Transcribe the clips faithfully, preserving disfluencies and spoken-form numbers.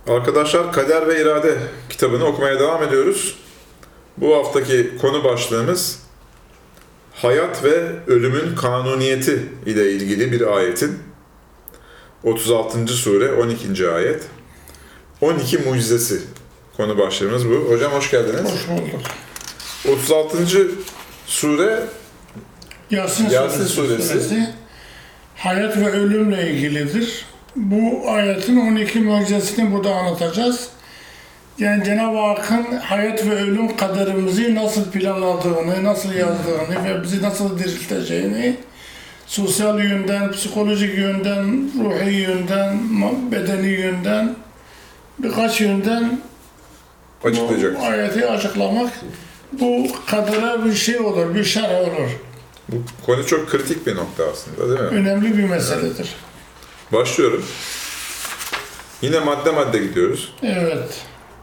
Arkadaşlar Kader ve İrade kitabını okumaya devam ediyoruz. Bu haftaki konu başlığımız hayat ve ölümün kanuniyeti ile ilgili bir ayetin otuz altıncı sure on ikinci ayet. on iki mucizesi konu başlığımız bu. Hocam hoş geldiniz. Hoş bulduk. otuz altıncı sure Yasin, Yasin suresi, suresi. Hayat ve ölümle ilgilidir. Bu ayetin on iki mucizesini burada anlatacağız. Yani Cenab-ı Hakk'ın hayat ve ölüm kaderimizi nasıl planladığını, nasıl yazdığını ve bizi nasıl dirilteceğini sosyal yönden, psikolojik yönden, ruhi yönden, bedeni yönden birkaç yönden açıklayacak. bu ayeti açıklamak bu kadere bir şey olur, bir şerh olur. Bu konu çok kritik bir nokta aslında, değil mi? Önemli bir meseledir. Başlıyorum. Yine madde madde gidiyoruz. Evet.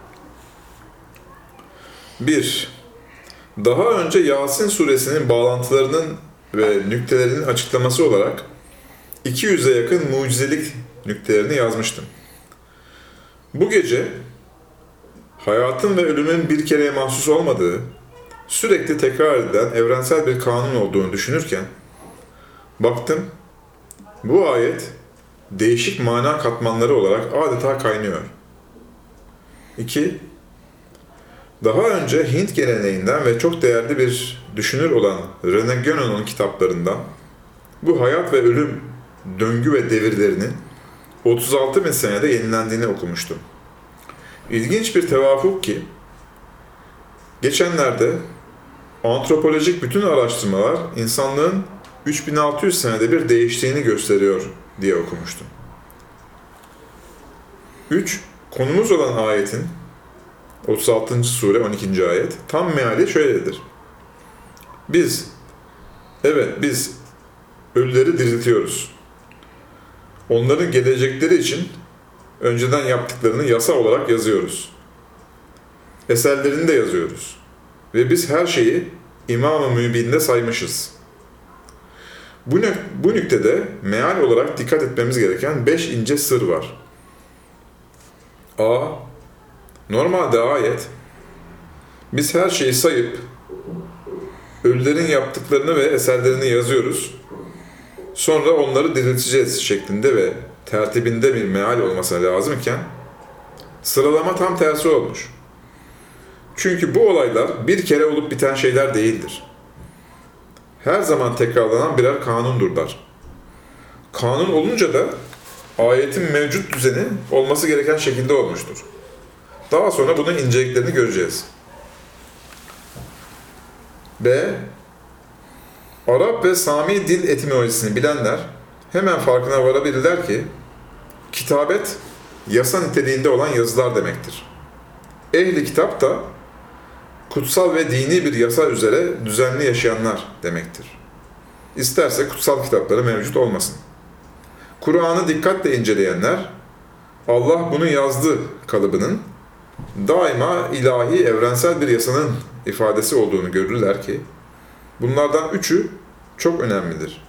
bir. Daha önce Yasin suresinin bağlantılarının ve nüktelerinin açıklaması olarak iki yüze yakın mucizelik nüktelerini yazmıştım. Bu gece hayatın ve ölümün bir kereye mahsus olmadığı, sürekli tekrar edilen evrensel bir kanun olduğunu düşünürken baktım bu ayet değişik mana katmanları olarak adeta kaynıyor. iki. Daha önce Hint geleneğinden ve çok değerli bir düşünür olan René Guénon'un kitaplarından bu hayat ve ölüm döngü ve devirlerinin otuz altı bin senede yenilendiğini okumuştum. İlginç bir tevafuk ki geçenlerde antropolojik bütün araştırmalar insanlığın üç bin altı yüz senede bir değiştiğini gösteriyor diye okumuştum. üç. Konumuz olan ayetin otuz altıncı sure on ikinci ayet tam meali şöyledir. Biz, evet biz ölüleri diriltiyoruz. Onların gelecekleri için önceden yaptıklarını yasa olarak yazıyoruz. Eserlerini de yazıyoruz. Ve biz her şeyi İmam-ı Mübin'de saymışız. Bu, nük- bu nüktede meal olarak dikkat etmemiz gereken beş ince sır var. A. Normalde ayet, biz her şeyi sayıp, ölülerin yaptıklarını ve eserlerini yazıyoruz, sonra onları dirilteceğiz şeklinde ve tertibinde bir meal olmasına lazımken, sıralama tam tersi olmuş. Çünkü bu olaylar bir kere olup biten şeyler değildir. Her zaman tekrarlanan birer kanundurlar. Kanun olunca da ayetin mevcut düzeni olması gereken şekilde olmuştur. Daha sonra bunun inceliklerini göreceğiz. B. Arap ve Sami dil etimolojisini bilenler hemen farkına varabilirler ki kitabet yasa niteliğinde olan yazılar demektir. Ehli kitap da kutsal ve dini bir yasa üzere düzenli yaşayanlar demektir. İsterse kutsal kitapları mevcut olmasın. Kur'an'ı dikkatle inceleyenler Allah bunu yazdı kalıbının daima ilahi evrensel bir yasanın ifadesi olduğunu görürler ki bunlardan üçü çok önemlidir.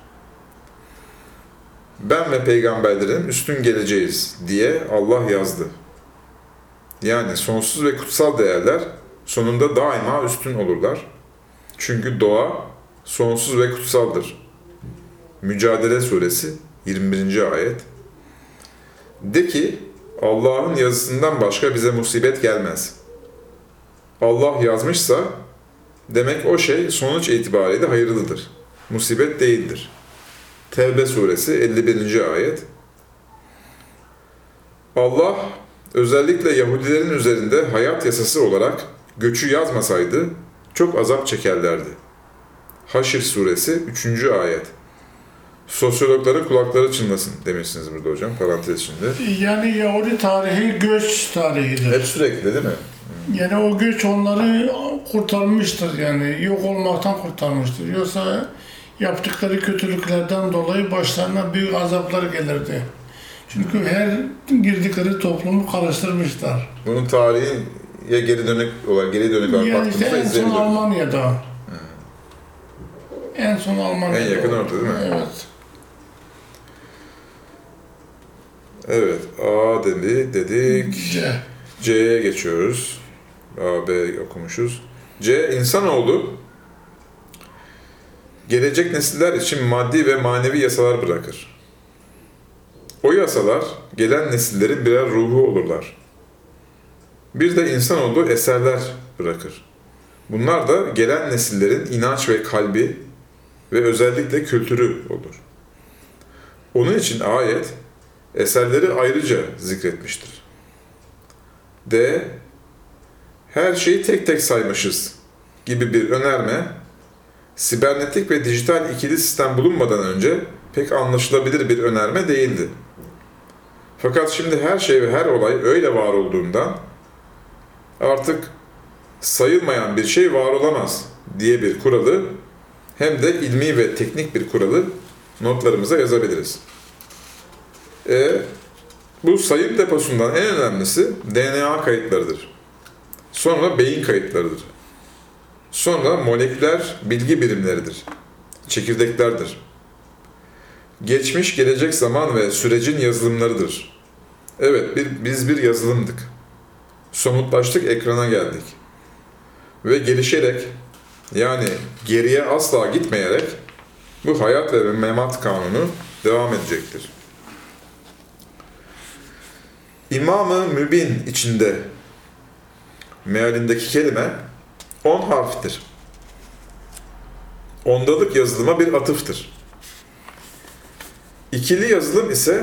Ben ve peygamberlerin üstün geleceğiz diye Allah yazdı. Yani sonsuz ve kutsal değerler sonunda daima üstün olurlar. Çünkü doğa sonsuz ve kutsaldır. Mücadele suresi yirmi birinci ayet. De ki Allah'ın yazısından başka bize musibet gelmez. Allah yazmışsa demek o şey sonuç itibariyle hayırlıdır. Musibet değildir. Tevbe suresi elli birinci ayet. Allah özellikle Yahudilerin üzerinde hayat yasası olarak göçü yazmasaydı çok azap çekerlerdi. Haşr suresi üçüncü ayet. Sosyologların kulakları çınlasın demişsiniz burada hocam, parantez içinde. Yani Yahudi tarihi göç tarihidir. Hep sürekli değil mi? Yani o göç onları kurtarmıştır yani yok olmaktan kurtarmıştır. Yoksa yaptıkları kötülüklerden dolayı başlarına büyük azaplar gelirdi. Çünkü her girdikleri toplumu karıştırmışlar. Bunun tarihiye geri dönük olarak geri dönük olarak Yani işte baktığımızda en son izleyebiliriz. Almanya'da. Hmm. En son Almanya'da. En yakın orada değil mi? Evet. Evet, A dedi, dedik. C. C'ye geçiyoruz. A, B okumuşuz. C, insanoğlu gelecek nesiller için maddi ve manevi yasalar bırakır. O yasalar gelen nesillerin birer ruhu olurlar. Bir de insanoğlu eserler bırakır. Bunlar da gelen nesillerin inanç ve kalbi ve özellikle kültürü olur. Onun için ayet eserleri ayrıca zikretmiştir. D. Her şeyi tek tek saymışız gibi bir önerme, sibernetik ve dijital ikili sistem bulunmadan önce pek anlaşılabilir bir önerme değildi. Fakat şimdi her şey ve her olay öyle var olduğundan artık sayılmayan bir şey var olamaz diye bir kuralı hem de ilmi ve teknik bir kuralı notlarımıza yazabiliriz. E, bu sayım deposundan en önemlisi D N A kayıtlarıdır. Sonra beyin kayıtlarıdır. Sonra moleküler bilgi birimleridir. Çekirdeklerdir. Geçmiş, gelecek zaman ve sürecin yazılımlarıdır. Evet, bir, biz bir yazılımdık. Somutlaştık, ekrana geldik. Ve gelişerek, yani geriye asla gitmeyerek bu hayat ve memat kanunu devam edecektir. İmam-ı Mübin içinde mealindeki kelime on harftir. Ondalık yazılıma bir atıftır. İkili yazılım ise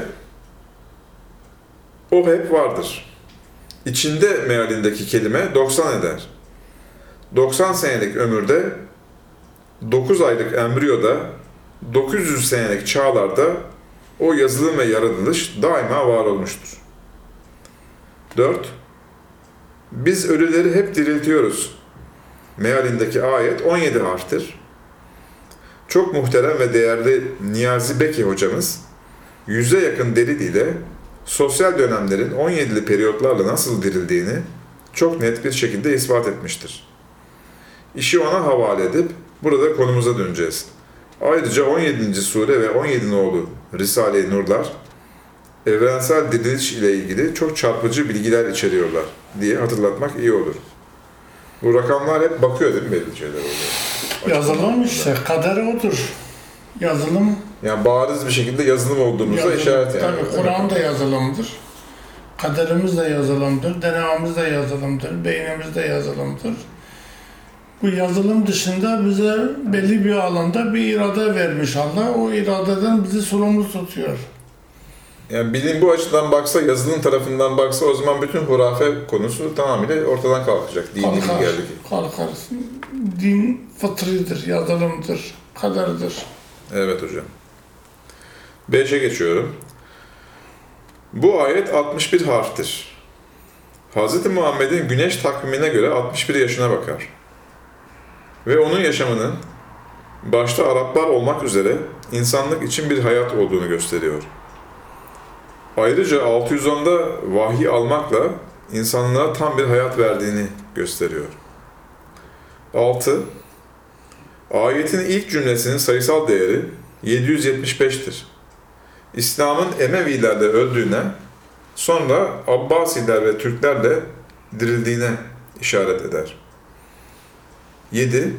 o hep vardır. İçinde mealindeki kelime doksan eder. doksan senelik ömürde, dokuz aylık embriyoda, dokuz yüz senelik çağlarda o yazılım ve yaratılış daima var olmuştur. dört. Biz ölüleri hep diriltiyoruz. Mealindeki ayet on yedi harftir. Çok muhterem ve değerli Niyazi Beki hocamız, yüze yakın delil ile sosyal dönemlerin on yedili periyotlarla nasıl dirildiğini çok net bir şekilde ispat etmiştir. İşi ona havale edip burada konumuza döneceğiz. Ayrıca on yedinci sure ve on yedi nolu Risale-i Nurlar, evrensel diriliş ile ilgili çok çarpıcı bilgiler içeriyorlar diye hatırlatmak iyi olur. Bu rakamlar hep bakıyor değil mi belli şeyler oluyor. Yazılım işte, kaderi odur. Yazılım. Yani bariz bir şekilde yazılım olduğumuza yazılım, işaret yani. Tabii Kur'an da yazılımdır. Kaderimiz de yazılımdır. D N A'mız da yazılımdır. Beynimiz de yazılımdır. Bu yazılım dışında bize belli bir alanda bir irade vermiş Allah. O iradeden bizi sorumlu tutuyor. Yani bilim bu açıdan baksa, yazılım tarafından baksa o zaman bütün hurafe konusu tamamıyla ortadan kalkacak. Dini Kalkar, bilgilerdi. kalkar. Din fıtridir, yazılımdır, kaderdir. Evet hocam. beşe geçiyorum. Bu ayet altmış bir harftir. Hz. Muhammed'in güneş takvimine göre altmış bir yaşına bakar. Ve onun yaşamının başta Araplar olmak üzere insanlık için bir hayat olduğunu gösteriyor. Ayrıca altı yüz onda vahiy almakla insanlığa tam bir hayat verdiğini gösteriyor. altı. Ayetin ilk cümlesinin sayısal değeri yedi yüz yetmiş beş'tir. İslam'ın Emevilerle öldüğüne, sonra Abbasiler ve Türklerle dirildiğine işaret eder. yedi.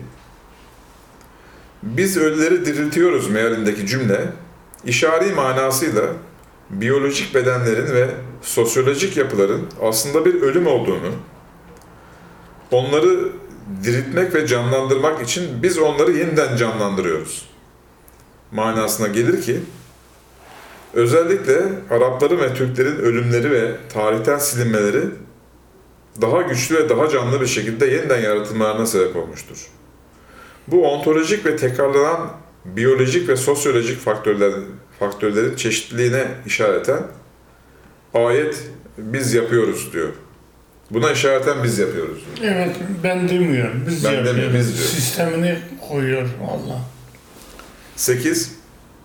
Biz ölüleri diriltiyoruz mealindeki cümle, işari manasıyla biyolojik bedenlerin ve sosyolojik yapıların aslında bir ölüm olduğunu, onları diriltmek ve canlandırmak için biz onları yeniden canlandırıyoruz manasına gelir ki, özellikle Arapların ve Türklerin ölümleri ve tarihten silinmeleri daha güçlü ve daha canlı bir şekilde yeniden yaratılmalarına sebep olmuştur. Bu ontolojik ve tekrarlanan biyolojik ve sosyolojik faktörler, faktörlerin çeşitliliğine işareten ayet biz yapıyoruz diyor. Buna işareten biz yapıyoruz diyor. Evet, ben demiyorum, biz Ben yapıyoruz. demiyorum, biz diyor. Sistemini koyuyor Allah. sekiz.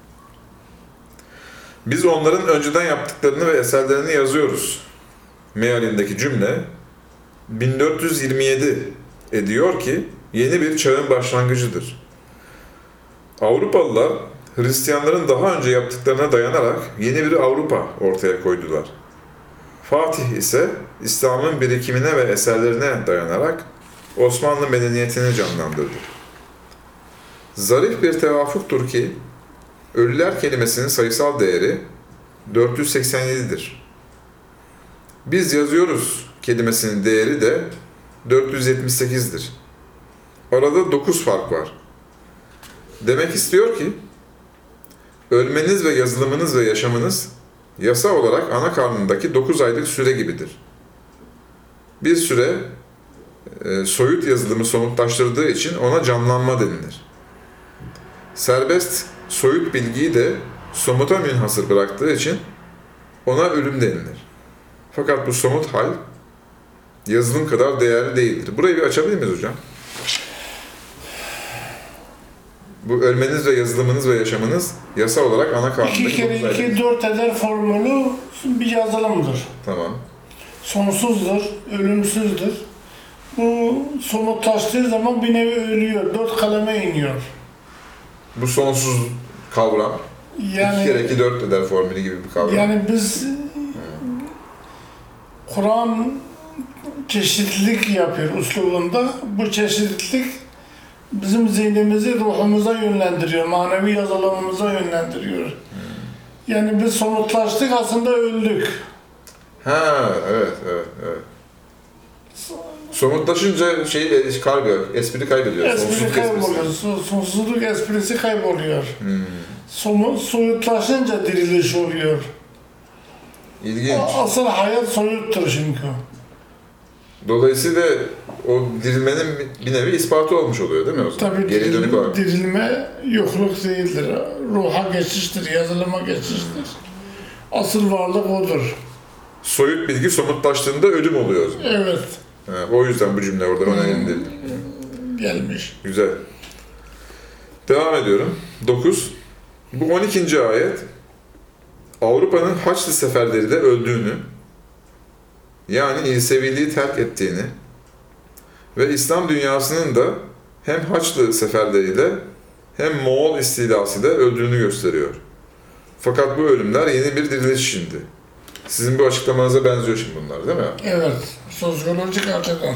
Biz onların önceden yaptıklarını ve eserlerini yazıyoruz. Mealindeki cümle bin dört yüz yirmi yedi ediyor ki yeni bir çağın başlangıcıdır. Avrupalılar Hristiyanların daha önce yaptıklarına dayanarak yeni bir Avrupa ortaya koydular. Fatih ise İslam'ın birikimine ve eserlerine dayanarak Osmanlı medeniyetini canlandırdı. Zarif bir tevafuktur ki, ölüler kelimesinin sayısal değeri dört yüz seksen yedidir. Biz yazıyoruz kelimesinin değeri de dört yüz yetmiş sekizdir. Arada dokuz fark var. Demek istiyor ki, ölmeniz ve yazılımınız ve yaşamınız yasa olarak ana karnındaki dokuz aylık süre gibidir. Bir süre e, soyut yazılımı somutlaştırdığı için ona canlanma denilir. Serbest soyut bilgiyi de somuta münhasır bıraktığı için ona ölüm denilir. Fakat bu somut hal yazılım kadar değerli değildir. Burayı bir açabilir miyiz hocam? Bu ölmeniz ve yazılımınız ve yaşamınız yasa olarak ana kanundaki İki kere dokuz iki aylık. dört eder formülü bir yazılımdır. Tamam. Sonsuzdur, ölümsüzdür. Bu somutlaştığı zaman bir nevi ölüyor, dört kaleme iniyor. Bu sonsuz kavram. Yani, iki kere iki dört eder formülü gibi bir kavram. yani biz Kur'an çeşitlilik yapıyor üslubunda. Bu çeşitlilik bizim zihnimizi ruhumuza yönlendiriyor, manevi yazılımımıza yönlendiriyor. Yani biz somutlaştık, aslında öldük. Ha, evet, evet, evet. Somutlaşınca şey kaybediyor, espri kaybediyor. Espri Sonsuzluk kayboluyor, esprisi. so- sonsuzluk esprisi kayboluyor. Hmm. Somut, soyutlaşınca diriliş oluyor. İlginç. Asıl hayat soyuttur çünkü. Dolayısıyla o dirilmenin bir nevi ispatı olmuş oluyor değil mi o zaman? Tabii Geriye dönük diril- olarak. dirilme yokluk değildir. Ruha geçiştir, yazılıma geçiştir. Asıl varlık odur. Soyut bilgi somutlaştığında ölüm oluyor o zaman. Evet, Ha, o yüzden bu cümle orada önemli. gelmiş. Güzel. Devam ediyorum. dokuz. Bu on ikinci ayet Avrupa'nın Haçlı seferleriyle öldüğünü, yani İseviliği terk ettiğini ve İslam dünyasının da hem Haçlı seferleriyle hem Moğol istilasıyla öldüğünü gösteriyor. Fakat bu ölümler yeni bir diriliş şimdi. Sizin bu açıklamanıza benziyor şimdi bunlar değil mi? Evet, sosyolojik açıdan.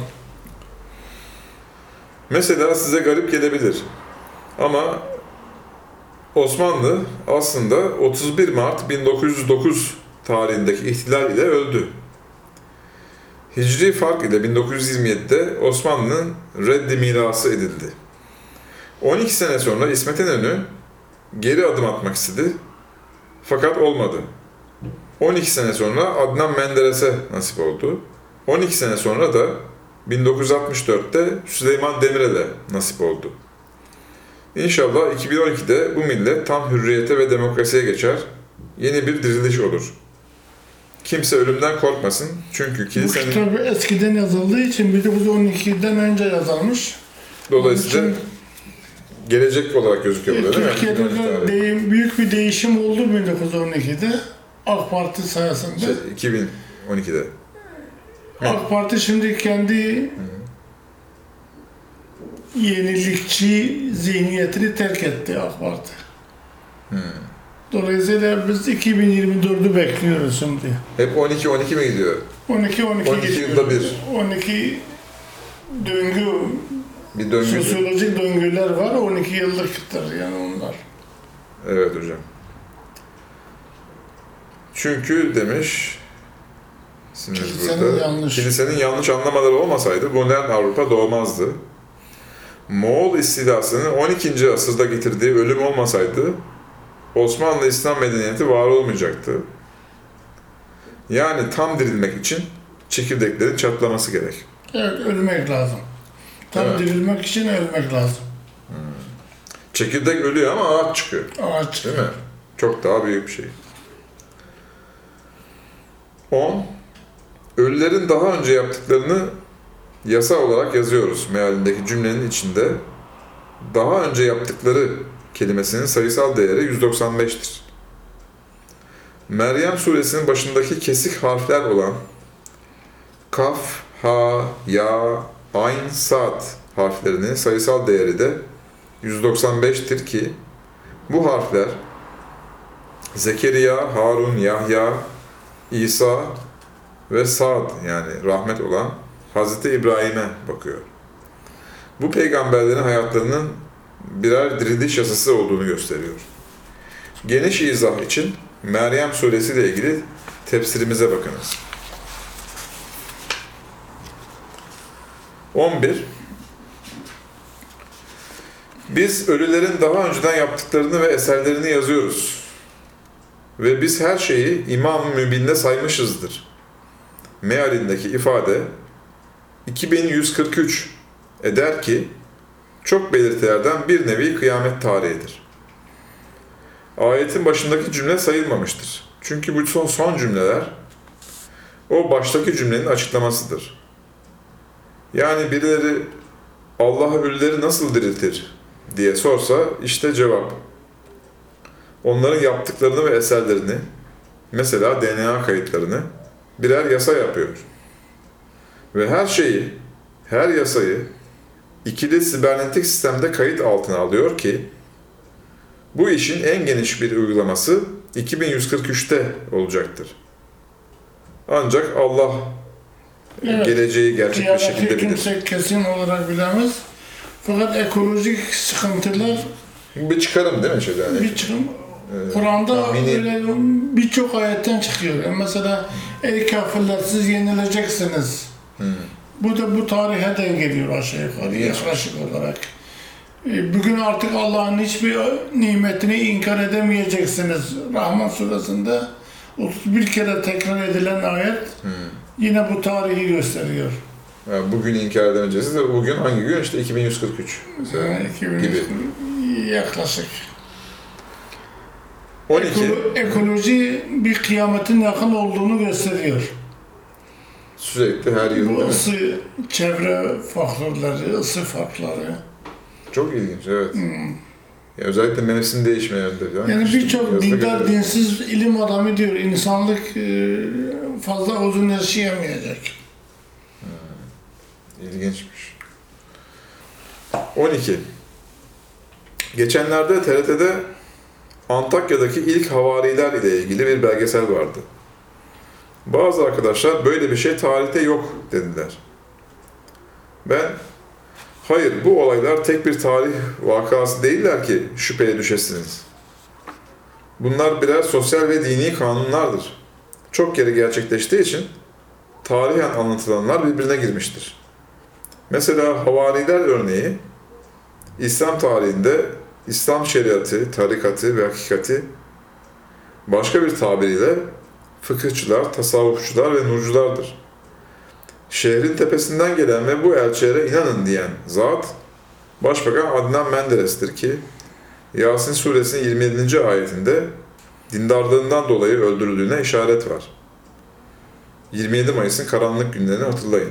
Mesela size garip gelebilir. Ama Osmanlı aslında otuz bir Mart bin dokuz yüz dokuz tarihindeki ihtilal ile öldü. Hicri fark ile bin dokuz yüz yirmi yedide Osmanlı'nın reddi mirası edildi. on iki sene sonra İsmet İnönü geri adım atmak istedi. Fakat olmadı. on iki sene sonra Adnan Menderes'e nasip oldu. on iki sene sonra da bin dokuz yüz altmış dörtte Süleyman Demirel'e nasip oldu. İnşallah iki bin on ikide bu millet tam hürriyete ve demokrasiye geçer, yeni bir diriliş olur. Kimse ölümden korkmasın çünkü Bu kilisenin kitap eskiden yazıldığı için bin dokuz yüz on ikiden önce yazılmış. dolayısıyla Onun için- gelecek olarak gözüküyor burada değil mi? Türkiye'de iki bin on iki de tarihi. deyim, büyük bir değişim oldu bin dokuz yüz on ikide. AK Parti sayesinde. Şey, iki bin on ikide. AK Parti şimdi kendi yenilikçi zihniyetini terk etti AK Parti. Hmm. Dolayısıyla biz iki bin yirmi dördü bekliyoruz şimdi. Hep on iki on iki mi gidiyor? on iki on iki on iki geçiyor. yılda bir. on iki döngü, Bir döngü. sosyolojik döngüler var. on iki yıllıktır yani onlar. Evet hocam. Çünkü demiş Sinir Kilisenin burada. yanlış. Kilisenin yanlış anlamaları olmasaydı modern Avrupa doğmazdı. Moğol istilasının on ikinci asırda getirdiği ölüm olmasaydı Osmanlı İslam medeniyeti var olmayacaktı. Yani tam dirilmek için çekirdeklerin çatlaması gerek. Evet, ölmek lazım. Tam Evet. dirilmek için ölmek lazım. Çekirdek ölüyor ama ağaç çıkıyor. Ağaç. Değil mi? Çok daha büyük bir şey. on. Ölülerin daha önce yaptıklarını yasa olarak yazıyoruz. Mealindeki cümlenin içinde daha önce yaptıkları kelimesinin sayısal değeri yüz doksan beştir. Meryem suresinin başındaki kesik harfler olan kaf, ha, ya, ayn, sad harflerinin sayısal değeri de yüz doksan beştir ki Bu harfler Zekeriya, Harun, Yahya, İsa ve Sa'd yani rahmet olan Hazreti İbrahim'e bakıyor. Bu peygamberlerin hayatlarının birer diriliş yasası olduğunu gösteriyor. Geniş izah için Meryem suresi ile ilgili tefsirimize bakınız. on bir. Biz ölülerin daha önceden yaptıklarını ve eserlerini yazıyoruz. Ve biz her şeyi İmam-ı Mübin'de saymışızdır. Mealindeki ifade iki bin yüz kırk üç eder ki çok belirtilerden bir nevi kıyamet tarihidir. Ayetin başındaki cümle sayılmamıştır. Çünkü bu son, son cümleler o baştaki cümlenin açıklamasıdır. Yani birileri Allah ölüleri nasıl diriltir diye sorsa işte cevap. Onların yaptıklarını ve eserlerini, mesela D N A kayıtlarını birer yasa yapıyor. Ve her şeyi, her yasayı ikili sibernetik sistemde kayıt altına alıyor ki bu işin en geniş bir uygulaması iki bin yüz kırk üçte olacaktır. Ancak Allah evet, geleceği gerçek bir şekilde bilir. Kimse kesin olarak bilemez. Fakat ekolojik sıkıntılar bir çıkarım değil mi şeyden? Bir çıkarım. Ee, Kur'an'da öyle birçok ayetten çıkıyor. Yani mesela ey kafirler siz yenileceksiniz. Hmm. Bu da bu tarihe denk geliyor aşağı yukarı yaklaşık olarak. Bugün artık Allah'ın hiçbir nimetini inkar edemeyeceksiniz. Rahman suresinde otuz bir kere tekrar edilen ayet hmm. yine bu tarihi gösteriyor. Yani bugün inkar edemeyeceksiniz. Bugün hangi gün? İşte iki bin yüz kırk üç mesela iki bin gibi. Yaklaşık. on iki. Ekolo- ekoloji bir kıyametin yakın olduğunu gösteriyor. Sürekli her yıl. Bu ısı, çevre faktörleri, ısı farkları. Çok ilginç, evet. Hmm. Ya özellikle mevsim değişmeyendir. Yani, yani birçok dindar, dinsiz ilim adamı diyor, insanlık fazla uzun yaşayamayacak. Hmm. İlginçmiş. on iki. Geçenlerde T R T'de Antakya'daki ilk havariler ile ilgili bir belgesel vardı. Bazı arkadaşlar böyle bir şey tarihte yok dediler. Ben, hayır bu olaylar tek bir tarih vakası değiller ki şüpheye düşesiniz. Bunlar birer sosyal ve dini kanunlardır. Çok kere gerçekleştiği için tarihen anlatılanlar birbirine girmiştir. Mesela havariler örneği, İslam tarihinde İslam şeriatı, tarikatı ve hakikati, başka bir tabiriyle fıkıhçılar, tasavvufçular ve nurculardır. Şehrin tepesinden gelen ve bu elçilere inanın diyen zat, Başbakan Adnan Menderes'tir ki, Yasin suresinin yirmi yedinci ayetinde dindarlığından dolayı öldürüldüğüne işaret var. yirmi yedi Mayıs'ın karanlık günlerini hatırlayın.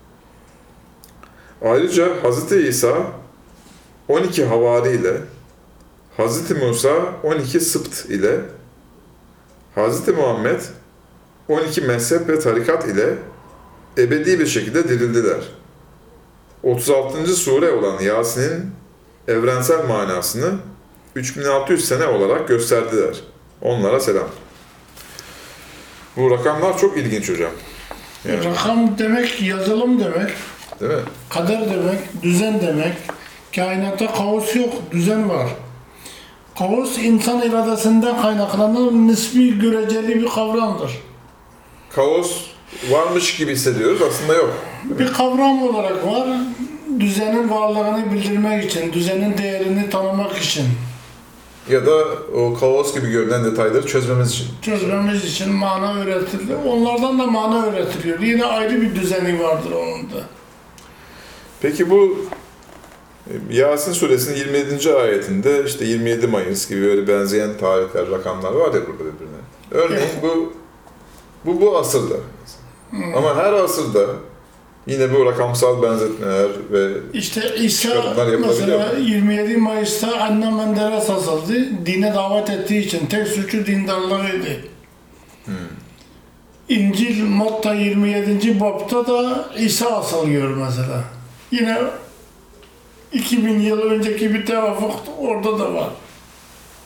Ayrıca Hazreti İsa on iki havari ile, Hazreti Musa on iki sıbt ile, Hazreti Muhammed on iki mezhep ve tarikat ile ebedi bir şekilde dirildiler. otuz altıncı sure olan Yasin'in evrensel manasını üç bin altı yüz sene olarak gösterdiler. Onlara selam. Bu rakamlar çok ilginç hocam. Yani. Rakam demek yazılım demek. Değil mi? Kader demek, düzen demek. Kainatta kaos yok, düzen var. Kaos insan iradesinden kaynaklanan nispi göreceli bir kavramdır. Kaos varmış gibi hissediyoruz, aslında yok. Bir kavram olarak var, düzenin varlığını bildirmek için, düzenin değerini tanımak için. Ya da o kaos gibi görünen detayları çözmemiz için. Çözmemiz için mana öğretildi. Onlardan da mana öğretiliyor. Yine ayrı bir düzeni vardır onun da. Peki bu Yasin suresinin yirmi yedinci ayetinde işte yirmi yedi Mayıs gibi böyle benzeyen tarihler, rakamlar var ya burada birbirine. Örneğin evet. bu bu bu asırda. Hmm. Ama her asırda yine bu rakamsal benzetmeler ve işte İsa mesela yirmi yedi Mayıs'ta Adnan Menderes asıldı. Dine davet ettiği için tek suçu dindarlığıydı. Hmm. İncil Matta yirmi yedinci babta da İsa asılıyor mesela. Yine iki bin yıl önceki bir tevafuk orada da var.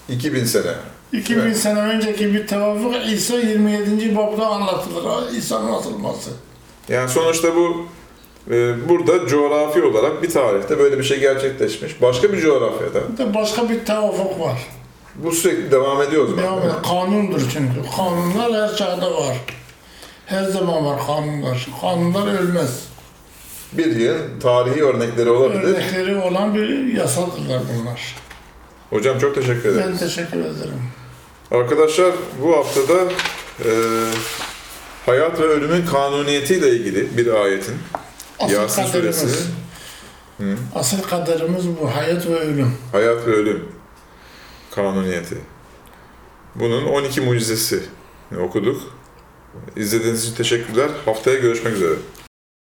iki bin sene. iki bin Evet. sene önceki bir tevafuk İsa yirmi yedinci babda anlatılır. İsa'nın atılması. Yani sonuçta bu e, burada coğrafi olarak bir tarihte böyle bir şey gerçekleşmiş. Başka bir coğrafyada. Bir de başka bir tevafuk var. Bu sürekli devam ediyor o zaman. Devam eder. Kanundur çünkü. Kanunlar her çağda var. Her zaman var kanunlar. Kanunlar ölmez. Bir yığın tarihi örnekleri olabilir. Örnekleri olan bir yasadırlar bunlar. Hocam çok teşekkür ederim. Ben teşekkür ederim. Arkadaşlar bu haftada e, hayat ve ölümün kanuniyetiyle ilgili bir ayetin Asıl Yasin kaderimiz. suresi Hı. Asıl kaderimiz bu. Hayat ve ölüm. hayat ve ölüm kanuniyeti. Bunun on iki mucizesi okuduk. İzlediğiniz için teşekkürler. Haftaya görüşmek üzere.